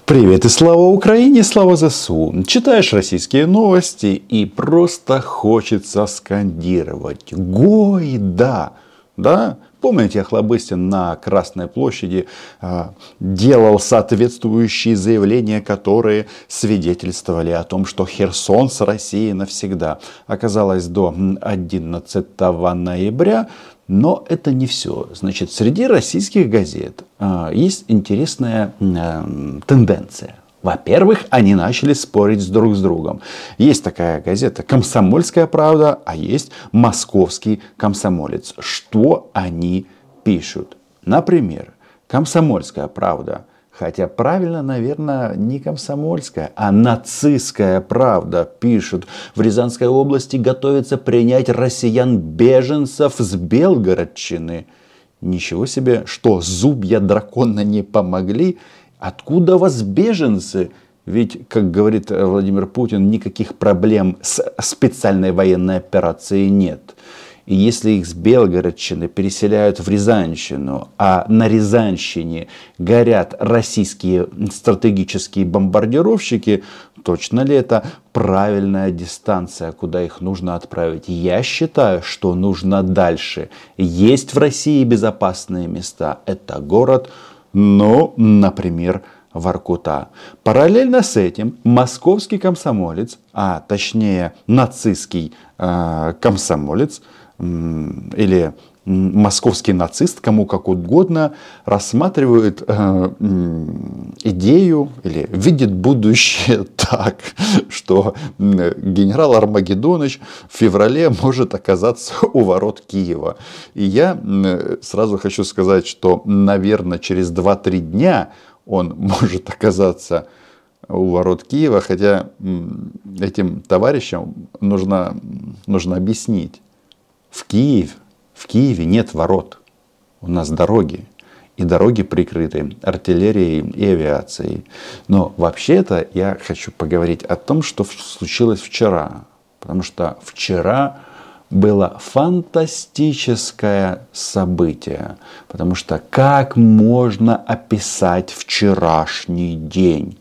Привет и слава Украине, слава ЗСУ. Читаешь российские новости и просто хочется скандировать: Гой, да, да. Помните, Охлобыстин на Красной площади делал соответствующие заявления, которые свидетельствовали о том, что Херсон с Россией навсегда. Оказалось, до 11 ноября. Но это не все. Значит, среди российских газет есть интересная тенденция. Во-первых, они начали спорить друг с другом. Есть такая газета «Комсомольская правда», а есть «Московский комсомолец». Что они пишут? Например, «Комсомольская правда». Хотя правильно, наверное, не комсомольская, а нацистская правда, пишут: в Рязанской области готовится принять россиян-беженцев с Белгородчины. Ничего себе, что зубья дракона не помогли? Откуда у вас беженцы? Ведь, как говорит Владимир Путин, никаких проблем с специальной военной операцией нет. И если их с Белгородчины переселяют в Рязанщину, а на Рязанщине горят российские стратегические бомбардировщики, точно ли это правильная дистанция, куда их нужно отправить? Я считаю, что нужно дальше. Есть в России безопасные места. Это город, например, Воркута. Параллельно с этим московский комсомолец, а точнее нацистский комсомолец, или московский нацист, кому как угодно, рассматривает идею или видит будущее так, что генерал Армагеддоныч в феврале может оказаться у ворот Киева. И я сразу хочу сказать, что, наверное, через 2-3 дня он может оказаться у ворот Киева, хотя этим товарищам нужно объяснить. В Киеве нет ворот. У нас дороги. И дороги прикрыты артиллерией и авиацией. Но вообще-то я хочу поговорить о том, что случилось вчера. Потому что вчера было фантастическое событие. Потому что как можно описать вчерашний день?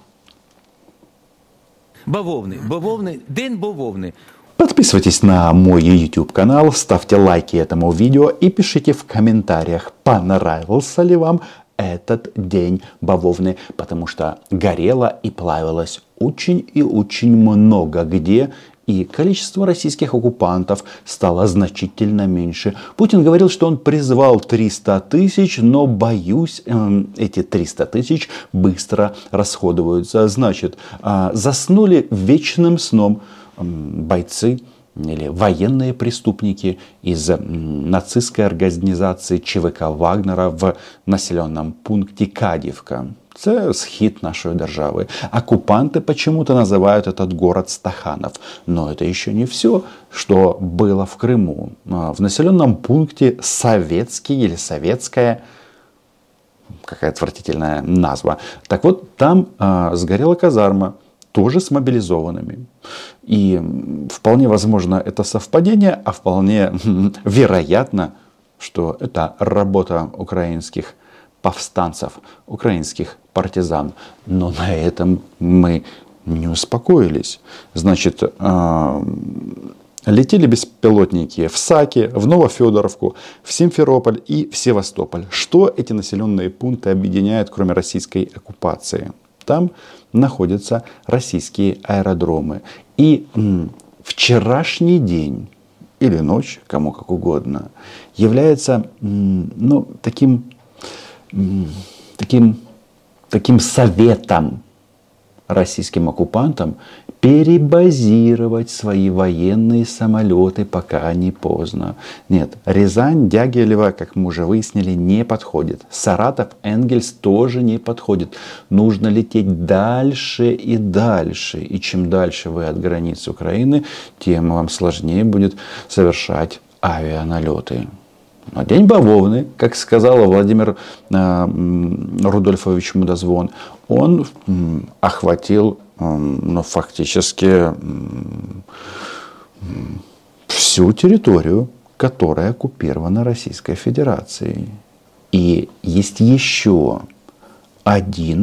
Бавовны, день бавовны. Подписывайтесь на мой YouTube канал, ставьте лайки этому видео и пишите в комментариях, понравился ли вам этот день бавовны, потому что горело и плавилось очень и очень много где, и количество российских оккупантов стало значительно меньше. Путин говорил, что он призвал 300 тысяч, но, боюсь, эти 300 тысяч быстро расходуются. Значит, заснули вечным сном бойцы или военные преступники из нацистской организации ЧВК Вагнера в населенном пункте Кадівка. Це схід нашої держави. Оккупанты почему-то называют этот город Стаханов. Но это еще не все, что было в Крыму. В населенном пункте Советский или Советская, какая отвратительная назва. Так вот, там сгорела казарма, тоже с мобилизованными. И вполне возможно это совпадение, а вполне вероятно, что это работа украинских повстанцев, украинских партизан. Но на этом мы не успокоились. Значит, летели беспилотники в Саки, в Новофедоровку, в Симферополь и в Севастополь. Что эти населенные пункты объединяют, кроме российской оккупации? Там находятся российские аэродромы. И вчерашний день или ночь, кому как угодно, является таким советом российским оккупантам перебазировать свои военные самолеты, пока не поздно. Нет, Рязань, Дягилево, как мы уже выяснили, не подходит. Саратов, Энгельс тоже не подходит. Нужно лететь дальше и дальше. И чем дальше вы от границ Украины, тем вам сложнее будет совершать авианалеты. Но день бавовны, как сказал Владимир Рудольфович Мудозвон, он охватил фактически всю территорию, которая оккупирована Российской Федерацией. И есть еще один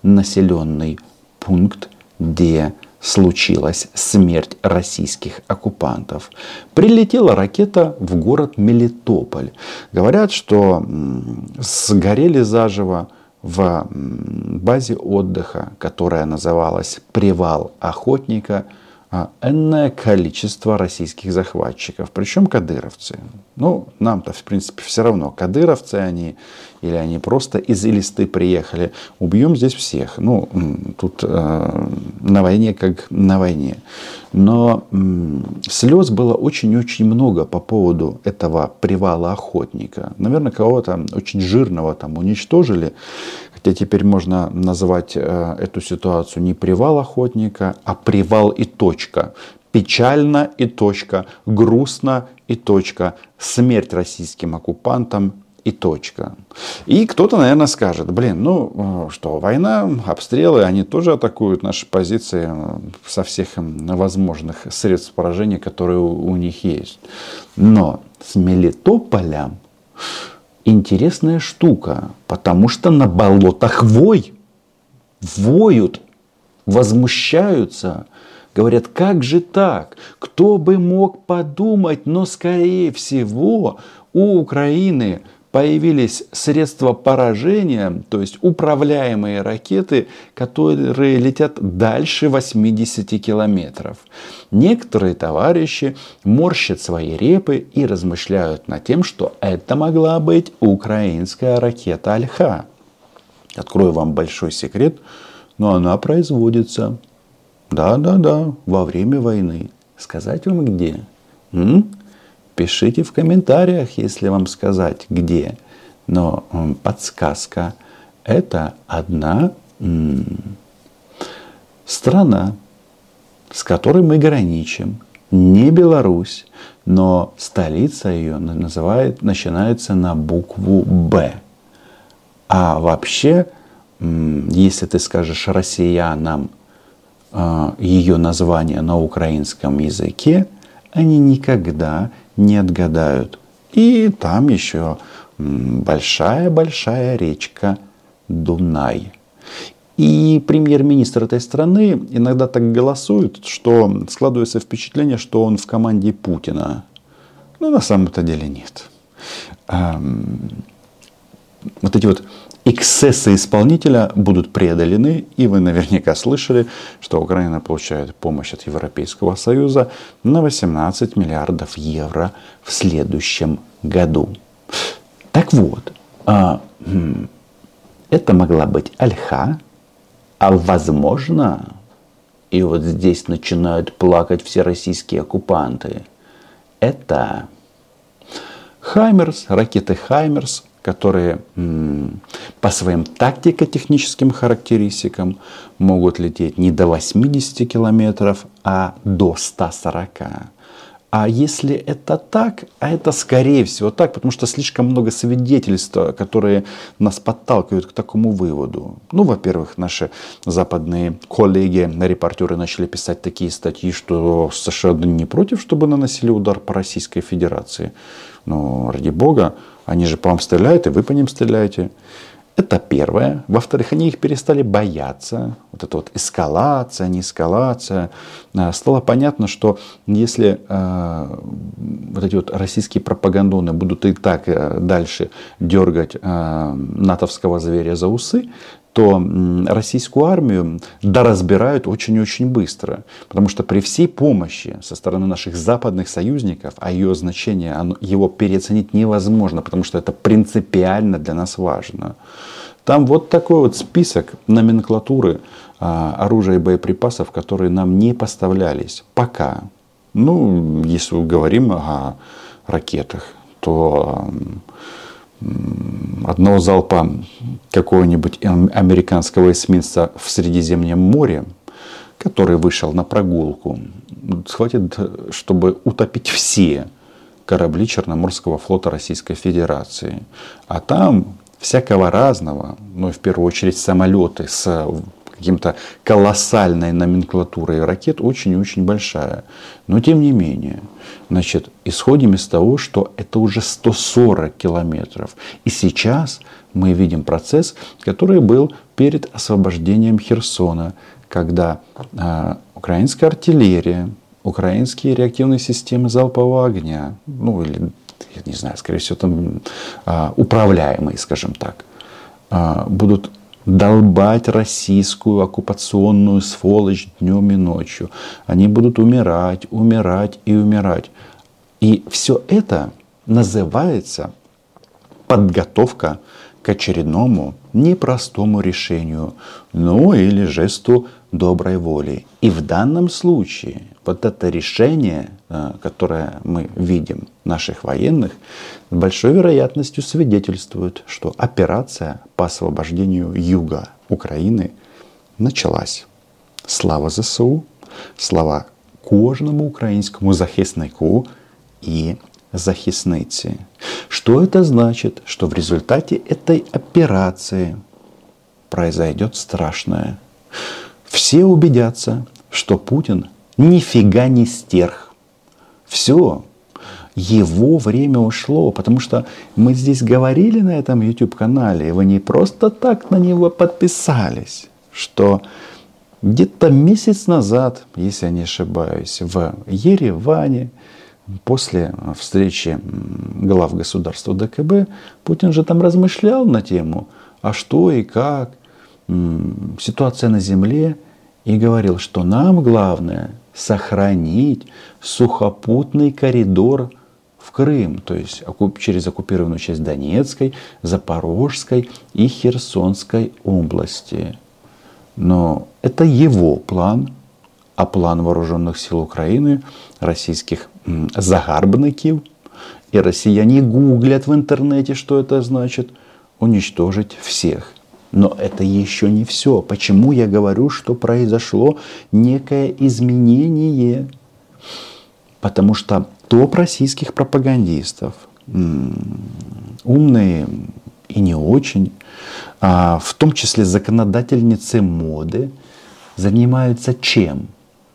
населенный пункт, где случилась смерть российских оккупантов. Прилетела ракета в город Мелитополь. Говорят, что сгорели заживо в базе отдыха, которая называлась «Привал охотника», энное количество российских захватчиков, причем кадыровцы. Ну, нам-то, в принципе, все равно, кадыровцы они или они просто из Элисты приехали. Убьем здесь всех. Ну, тут на войне как на войне. Но слез было очень-очень много по поводу этого привала охотника. Наверное, кого-то очень жирного там уничтожили. Хотя теперь можно называть эту ситуацию не привал охотника, а привал и точка. Печально и точка. Грустно и точка. Смерть российским оккупантам и точка. И кто-то, наверное, скажет, ну что, война, обстрелы, они тоже атакуют наши позиции со всех возможных средств поражения, которые у них есть. Но с Мелитополем интересная штука, потому что на болотах воют, возмущаются, говорят, как же так, кто бы мог подумать, но скорее всего у Украины появились средства поражения, то есть управляемые ракеты, которые летят дальше 80 километров. Некоторые товарищи морщат свои репы и размышляют над тем, что это могла быть украинская ракета «Альха». Открою вам большой секрет, но она производится. Да, во время войны. Сказать вам где? Пишите в комментариях, если вам сказать, где. Но подсказка. Это одна страна, с которой мы граничим. Не Беларусь, но столица ее начинается на букву «Б». А вообще, если ты скажешь россиянам ее название на украинском языке, они никогда не отгадают. И там еще большая-большая речка Дунай. И премьер-министр этой страны иногда так голосует, что складывается впечатление, что он в команде Путина. Но на самом-то деле нет. Вот эти вот эксцессы исполнителя будут преодолены, и вы наверняка слышали, что Украина получает помощь от Европейского Союза на 18 миллиардов евро в следующем году. Так вот, это могла быть Альха, а возможно, и вот здесь начинают плакать все российские оккупанты, это Хаймерс, ракеты Хаймерс, которые по своим тактико-техническим характеристикам могут лететь не до 80 километров, а до 140. А если это так, а это скорее всего так, потому что слишком много свидетельств, которые нас подталкивают к такому выводу. Ну, во-первых, наши западные коллеги, репортеры начали писать такие статьи, что США не против, чтобы наносили удар по Российской Федерации. Но ради бога, они же по вам стреляют, и вы по ним стреляете. Это первое. Во-вторых, они их перестали бояться. Вот эта вот эскалация, не эскалация. Стало понятно, что если вот эти вот российские пропагандоны будут и так дальше дергать натовского зверя за усы, то российскую армию доразбирают очень-очень быстро. Потому что при всей помощи со стороны наших западных союзников, а ее значение, его переоценить невозможно, потому что это принципиально для нас важно. Там вот такой вот список номенклатуры оружия и боеприпасов, которые нам не поставлялись пока. Ну, если мы говорим о ракетах, то одного залпа какого-нибудь американского эсминца в Средиземном море, который вышел на прогулку, хватит, чтобы утопить все корабли Черноморского флота Российской Федерации. А там всякого разного, ну, в первую очередь самолеты с каким-то колоссальной номенклатурой ракет очень-очень большая. Но тем не менее, значит, исходим из того, что это уже 140 километров. И сейчас мы видим процесс, который был перед освобождением Херсона, когда украинская артиллерия, украинские реактивные системы залпового огня, ну или, я не знаю, скорее всего, там управляемые, скажем так, будут долбать российскую оккупационную сволочь днем и ночью. Они будут умирать, умирать и умирать. И все это называется подготовка к очередному непростому решению, ну или жесту доброй воли. И в данном случае вот это решение, которое мы видим наших военных, с большой вероятностью свидетельствует, что операция по освобождению юга Украины началась. Слава ЗСУ, слава кожному українському захиснику и захисниці. Что это значит? Что в результате этой операции произойдет страшное. Все убедятся, что Путин нифига не стерх. Все, его время ушло, потому что мы здесь говорили на этом YouTube-канале, и вы не просто так на него подписались, что где-то месяц назад, если я не ошибаюсь, в Ереване, после встречи глав государства ДКБ, Путин же там размышлял на тему, а что и как, ситуация на земле, и говорил, что нам главное сохранить сухопутный коридор в Крым, то есть через оккупированную часть Донецкой, Запорожской и Херсонской области. Но это его план, а план вооруженных сил Украины, российских загарбников, и россияне гуглят в интернете, что это значит, уничтожить всех. Но это еще не все. Почему я говорю, что произошло некое изменение? Потому что топ российских пропагандистов, умные и не очень, в том числе законодательницы моды, занимаются чем?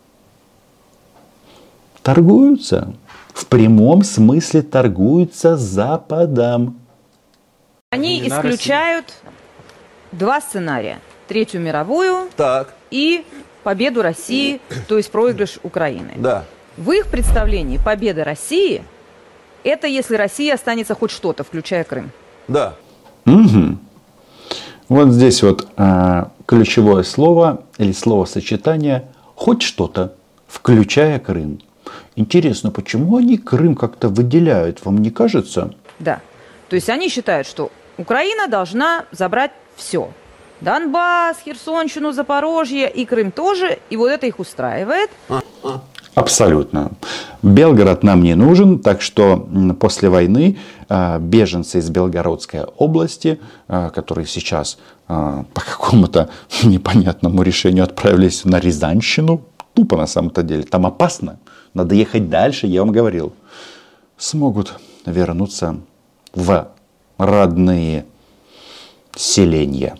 Торгуются. В прямом смысле торгуются с Западом. Они исключают два сценария. Третью мировую Так, и победу России, то есть проигрыш Украины. да. В их представлении победа России – это если Россия останется хоть что-то, включая Крым. Да. Угу. Вот здесь вот ключевое слово или словосочетание «хоть что-то», включая Крым. Интересно, почему они Крым как-то выделяют, вам не кажется? Да. То есть они считают, что Украина должна забрать все. Донбасс, Херсонщину, Запорожье и Крым тоже. И вот это их устраивает. Абсолютно. Белгород нам не нужен, так что после войны беженцы из Белгородской области, которые сейчас по какому-то непонятному решению отправились на Рязанщину, тупо на самом-то деле, там опасно, надо ехать дальше, я вам говорил, смогут вернуться в родные селения.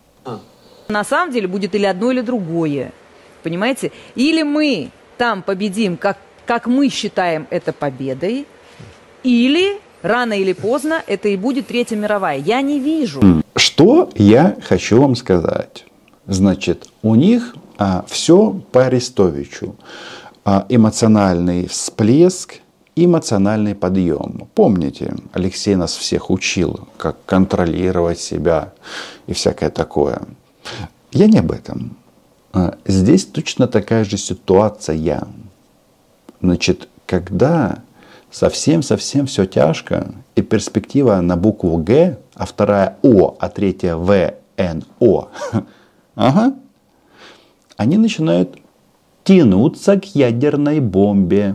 На самом деле будет или одно, или другое. Понимаете? Или мы там победим, как мы считаем это победой, или рано или поздно это и будет Третья мировая. Я не вижу. Что я хочу вам сказать? Значит, у них все по Арестовичу. Эмоциональный всплеск, эмоциональный подъем. Помните, Алексей нас всех учил, как контролировать себя и всякое такое. Я не об этом. Здесь точно такая же ситуация. Значит, когда совсем-совсем все тяжко, и перспектива на букву Г, а вторая О, а третья В, Н, О, ага, они начинают тянуться к ядерной бомбе.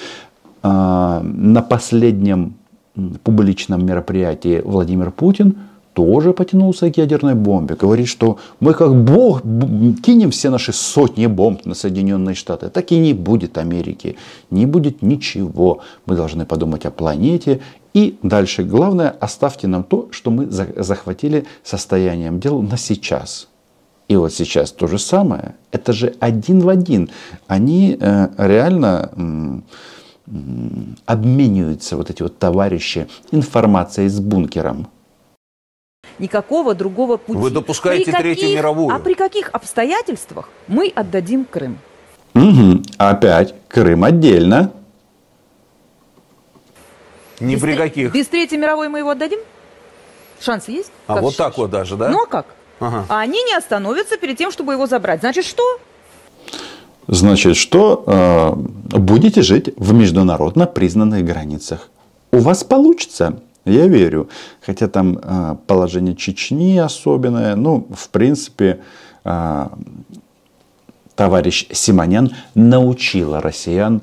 На последнем публичном мероприятии Владимир Путин тоже потянулся к ядерной бомбе. Говорит, что мы как Бог кинем все наши сотни бомб на Соединенные Штаты. Так и не будет Америки. Не будет ничего. Мы должны подумать о планете. И дальше. Главное, оставьте нам то, что мы захватили состоянием дел на сейчас. И вот сейчас то же самое. Это же один в один. Они реально обмениваются, вот эти вот товарищи, информацией с бункером. Никакого другого пути. Вы допускаете Третью мировую. А при каких обстоятельствах мы отдадим Крым? Угу. Опять Крым отдельно. Ни при каких. Без Третьей мировой мы его отдадим? Шансы есть? А Как вот считаешь? так вот даже, да? Ну а как? Ага. А они не остановятся перед тем, чтобы его забрать. Значит, что? Значит, что будете жить в международно признанных границах. У вас получится, я верю. Хотя там положение Чечни особенное. Ну, в принципе, товарищ Симонян научил россиян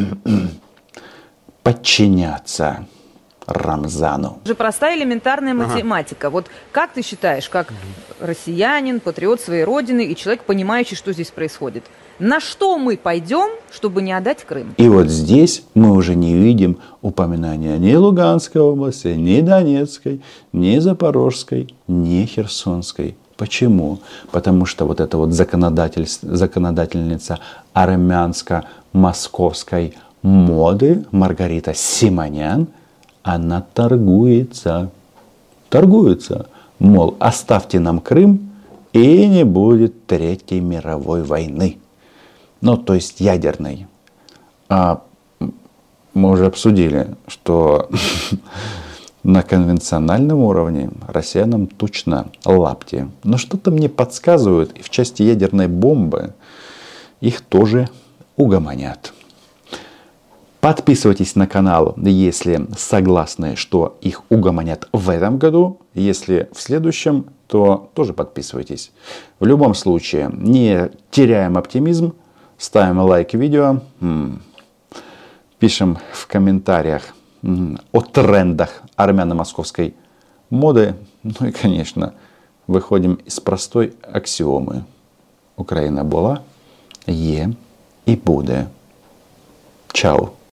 подчиняться Рамзану. Это же простая элементарная математика. Вот как ты считаешь, как россиянин, патриот своей родины и человек, понимающий, что здесь происходит, на что мы пойдем, чтобы не отдать Крым? И вот здесь мы уже не видим упоминания ни Луганской области, ни Донецкой, ни Запорожской, ни Херсонской. Почему? Потому что вот эта вот законодательница армянско-московской моды Маргарита Симонян, она торгуется. Мол, оставьте нам Крым, и не будет Третьей мировой войны. Ну, то есть ядерной. А мы уже обсудили, что на конвенциональном уровне россиянам точно лапти. Но что-то мне подсказывает, и в части ядерной бомбы их тоже угомонят. Подписывайтесь на канал, если согласны, что их угомонят в этом году. Если в следующем, то тоже подписывайтесь. В любом случае, не теряем оптимизм. Ставим лайк видео. Пишем в комментариях о трендах армяно-московской моды. Ну и, конечно, выходим из простой аксиомы. Украина была, є і буде. Чао.